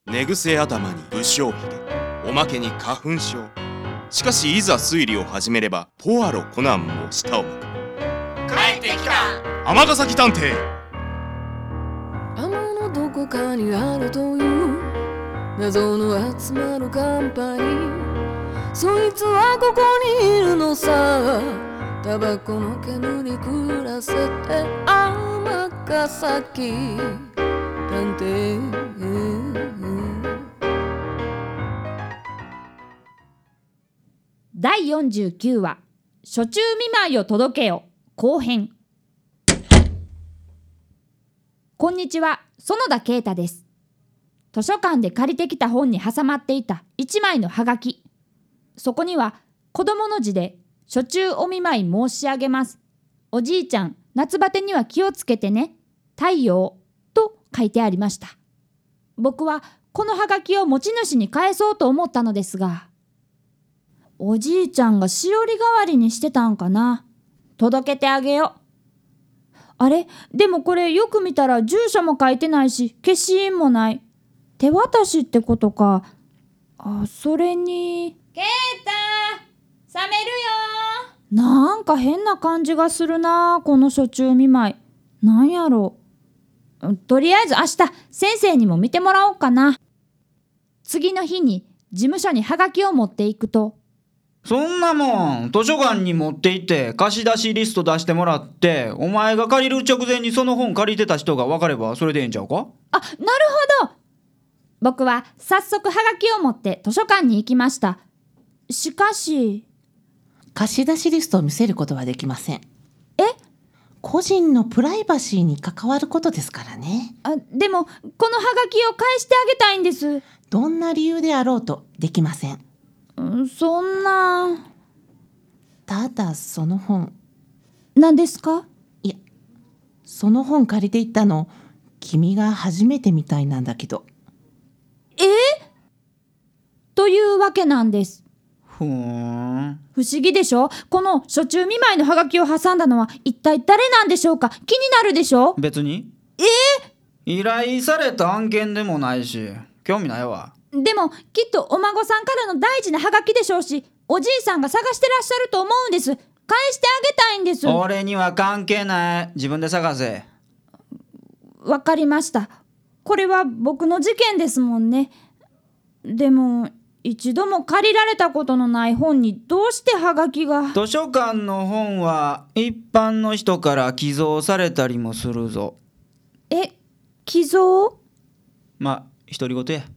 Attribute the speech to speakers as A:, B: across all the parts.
A: 寝癖頭に不祥髭、おまけに花粉症。しかしいざ推理を始めればポアロコナンも舌を巻く。
B: 帰ってきた
A: 尼崎探偵。
C: 天のどこかにあるという謎の集まるカンパニー、そいつはここにいるのさ。タバコの煙暮らせて尼崎探偵。
D: 第49話暑中見舞いを届けよ後編。こんにちは、園田啓太です。図書館で借りてきた本に挟まっていた一枚のハガキ。そこには子供の字で暑中お見舞い申し上げます。おじいちゃん、夏バテには気をつけてね。太陽と書いてありました。僕はこのハガキを持ち主に返そうと思ったのですが、おじいちゃんがしおり代わりにしてたんかな。届けてあげよう。あれ、でもこれよく見たら住所も書いてないし消印もない。手渡しってことか。それにケイタ、冷めるよ。なんか変な感じがするな、この暑中見舞い。なんやろう。とりあえず明日先生にも見てもらおうかな。次の日に事務所にハガキを持っていくと、
E: そんなもん図書館に持って行って貸し出しリスト出してもらって、お前が借りる直前にその本借りてた人が分かればそれでええんちゃうか。
D: なるほど。僕は早速ハガキを持って図書館に行きました。しかし
F: 貸し出しリストを見せることはできません。個人のプライバシーに関わることですからね。
D: でもこのハガキを返してあげたいんです。
F: どんな理由であろうとできません。
D: そんな。
F: ただその本。
D: 何ですか？
F: いや、その本借りていったの君が初めてみたいなんだけど。
D: というわけなんです。
E: ふーん。
D: 不思議でしょ。この暑中見舞いのハガキを挟んだのは一体誰なんでしょうか。気になるでしょ。
E: 別に依頼された案件でもないし興味ないわ。
D: でもきっとお孫さんからの大事なハガキでしょうし、おじいさんが探してらっしゃると思うんです。返してあげたいんです。
E: 俺には関係ない。自分で探せ。
D: わかりました。これは僕の事件ですもんね。でも一度も借りられたことのない本にどうしてハガキが。
E: 図書館の本は一般の人から寄贈されたりもするぞ。
D: 寄贈？
E: 独り言や。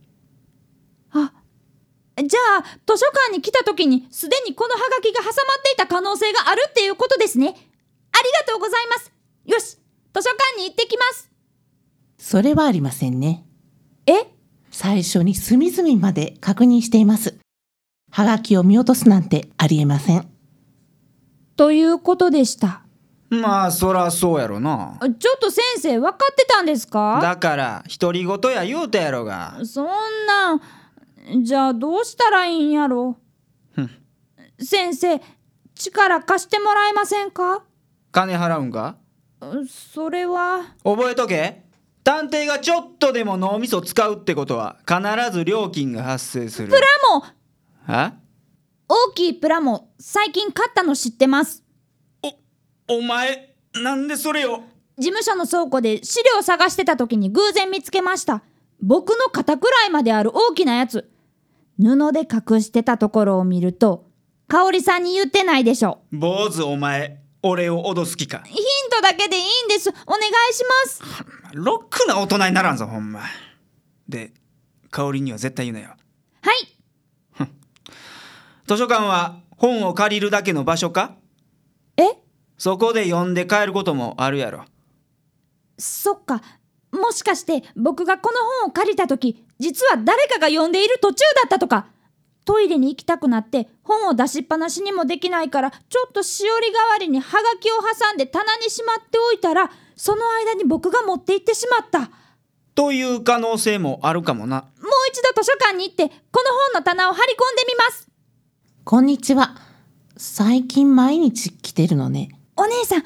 D: じゃあ図書館に来た時にすでにこのハガキが挟まっていた可能性があるっていうことですね。ありがとうございます。よし、図書館に行ってきます。
F: それはありませんね。最初に隅々まで確認しています。ハガキを見落とすなんてありえません。
D: ということでした。
E: そらそうやろな。
D: ちょっと先生分かってたんですか？
E: だから独り言や言うたやろが。
D: そんな。じゃあどうしたらいいんやろ。先生、力貸してもらえませんか？
E: 金払うんか？
D: それは。
E: 覚えとけ。探偵がちょっとでも脳みそ使うってことは必ず料金が発生する。
D: プラモ。大きいプラモ最近買ったの知ってます。
E: お前なんでそれを。
D: 事務所の倉庫で資料探してた時に偶然見つけました。僕の肩くらいまである大きなやつ。布で隠してたところを見ると、香織さんに言ってないでしょ。
E: 坊主お前、俺を脅す気か。
D: ヒントだけでいいんです。お願いします。
E: ロックな大人にならんぞほんま。で、香織には絶対言うなよ。
D: はい。
E: 図書館は本を借りるだけの場所か？そこで読んで帰ることもあるやろ。
D: そっか。もしかして僕がこの本を借りた時、実は誰かが読んでいる途中だったとか。トイレに行きたくなって本を出しっぱなしにもできないから、ちょっとしおり代わりにハガキを挟んで棚にしまっておいたら、その間に僕が持って行ってしまった。
E: という可能性もあるかもな。
D: もう一度図書館に行ってこの本の棚を張り込んでみます。
F: こんにちは。最近毎日来てるのね。
D: お姉さん、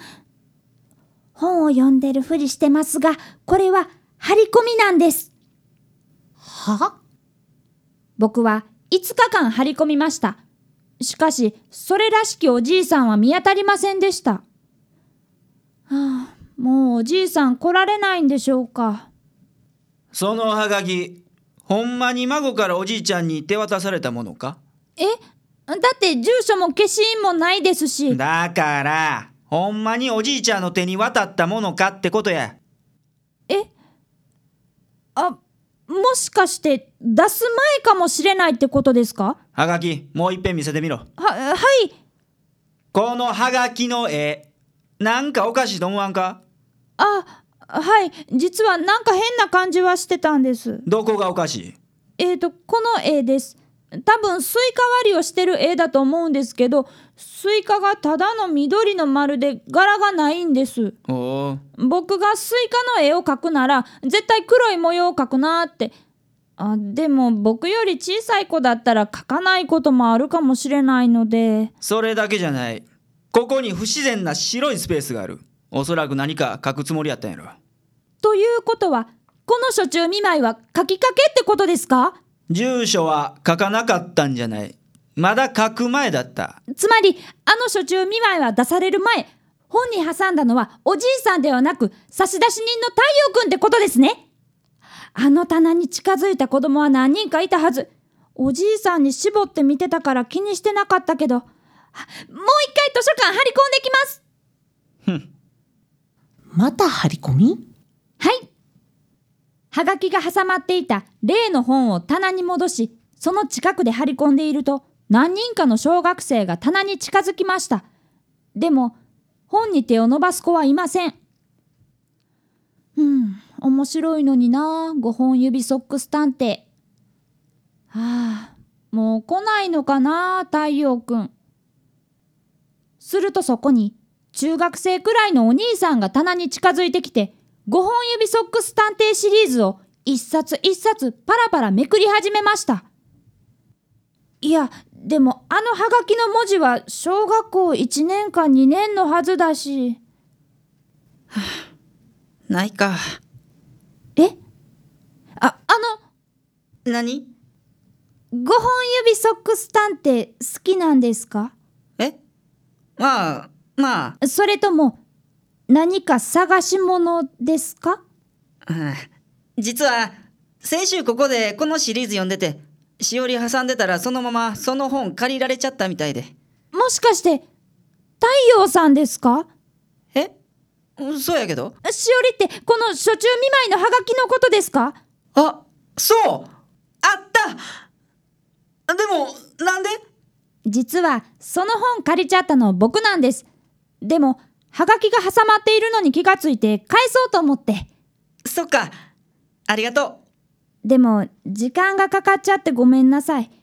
D: 本を読んでるふりしてますが、これは張り込みなんです。
F: は？
D: 僕は5日間張り込みました。しかし、それらしきおじいさんは見当たりませんでした。もうおじいさん来られないんでしょうか。
E: そのハガキ、ほんまに孫からおじいちゃんに手渡されたものか？
D: だって住所も消印もないですし。
E: だからほんまにおじいちゃんの手に渡ったものかってことや。
D: もしかして出す前かもしれないってことですか？
E: ハガキ、もう一遍見せてみろ。
D: はい。
E: このハガキの絵、なんかおかしいと思わんか？
D: はい。実はなんか変な感じはしてたんです。
E: どこがおかしい？
D: この絵です。多分スイカ割りをしてる絵だと思うんですけど、スイカがただの緑の丸で柄がないんです。僕がスイカの絵を描くなら絶対黒い模様を描くなって。でも僕より小さい子だったら描かないこともあるかもしれないので。
E: それだけじゃない。ここに不自然な白いスペースがある。おそらく何か書くつもりやったんやろ。
D: ということはこの暑中見舞いは書きかけってことですか？
E: 住所は書かなかったんじゃない。まだ書く前だった。
D: つまり暑中見舞いは出される前、本に挟んだのはおじいさんではなく差出人の太陽くんってことですね。あの棚に近づいた子供は何人かいたはず。おじいさんに絞って見てたから気にしてなかったけど、もう一回図書館張り込んできます。
F: また張り込み？
D: はい。はがきが挟まっていた例の本を棚に戻し、その近くで張り込んでいると、何人かの小学生が棚に近づきました。でも、本に手を伸ばす子はいません。面白いのにな、5本指ソックス探偵。もう来ないのかな、太陽くん。するとそこに、中学生くらいのお兄さんが棚に近づいてきて、5本指ソックス探偵シリーズを一冊一冊パラパラめくり始めました。いや、でもあのハガキの文字は小学校1年か2年のはずだし。
G: ないか。何？
D: 5本指ソックス探偵好きなんですか？
G: まあ。
D: それとも何か探し物ですか？
G: 実は先週ここでこのシリーズ読んでて、しおり挟んでたらそのままその本借りられちゃったみたいで。
D: もしかして太陽さんですか？
G: そうやけど。
D: しおりってこの暑中見舞いのハガキのことですか？
G: そうあった。でもなんで？
D: 実はその本借りちゃったの僕なんです。でもハガキが挟まっているのに気がついて返そうと思って。
G: そっか、ありがと
D: う。でも時間がかかっちゃってごめんなさい。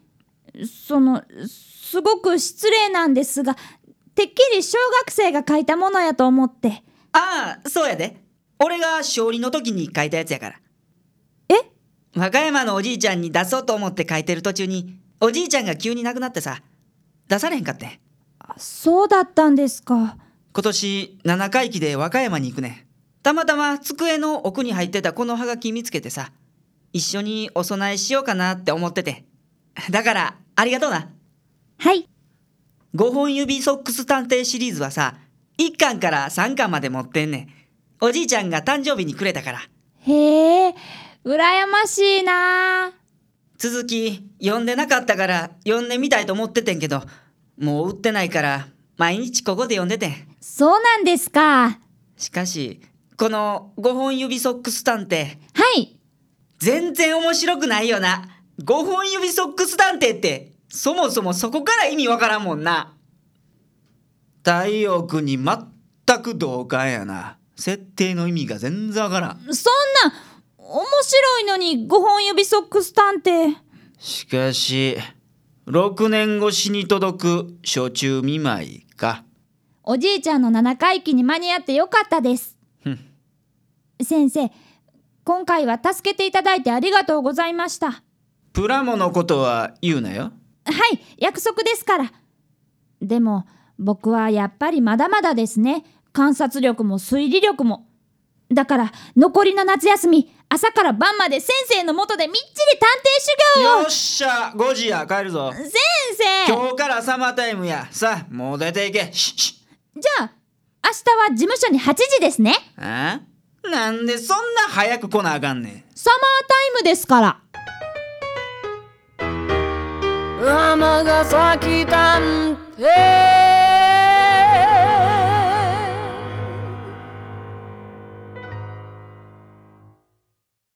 D: すごく失礼なんですが、てっきり小学生が書いたものやと思って。
G: そうやで。俺が勝利の時に書いたやつやから。和歌山のおじいちゃんに出そうと思って書いてる途中に、おじいちゃんが急に亡くなってさ、出されへんかって。
D: そうだったんですか。
G: 今年7回忌で和歌山に行くねん。たまたま机の奥に入ってたこのハガキ見つけてさ、一緒にお供えしようかなって思ってて。だからありがとうな。
D: はい。
G: 5本指ソックス探偵シリーズはさ、1巻から3巻まで持ってんねん。おじいちゃんが誕生日にくれたから。
D: へえ、羨ましいな。
G: 続き読んでなかったから読んでみたいと思っててんけど、もう売ってないから毎日ここで読んでてん。
D: そうなんですか。
G: しかしこの5本指ソックス探偵、
D: はい、
G: 全然面白くないよな。5本指ソックス探偵ってそもそもそこから意味わからんもんな。
E: 太陽君に全く同感やな。設定の意味が全然わからん。
D: そんな面白いのに5本指ソックス探偵。
E: しかし6年越しに届く暑中見舞いか。
D: おじいちゃんの7回忌に間に合ってよかったです。先生、今回は助けていただいてありがとうございました。
E: プラモのことは言うなよ。
D: はい、約束ですから。でも僕はやっぱりまだまだですね。観察力も推理力も。 だから残りの夏休み、朝から晩まで先生の下でみっちり探偵修行を。
E: よっしゃ、5時や、帰るぞ。
D: 先生、
E: 今日からサマータイムや。さあ、もう出ていけ。
D: じゃあ明日は事務所に8時ですね。
E: なんでそんな早く来なあかんねん。
D: サマータイムですから。
C: 尼崎探偵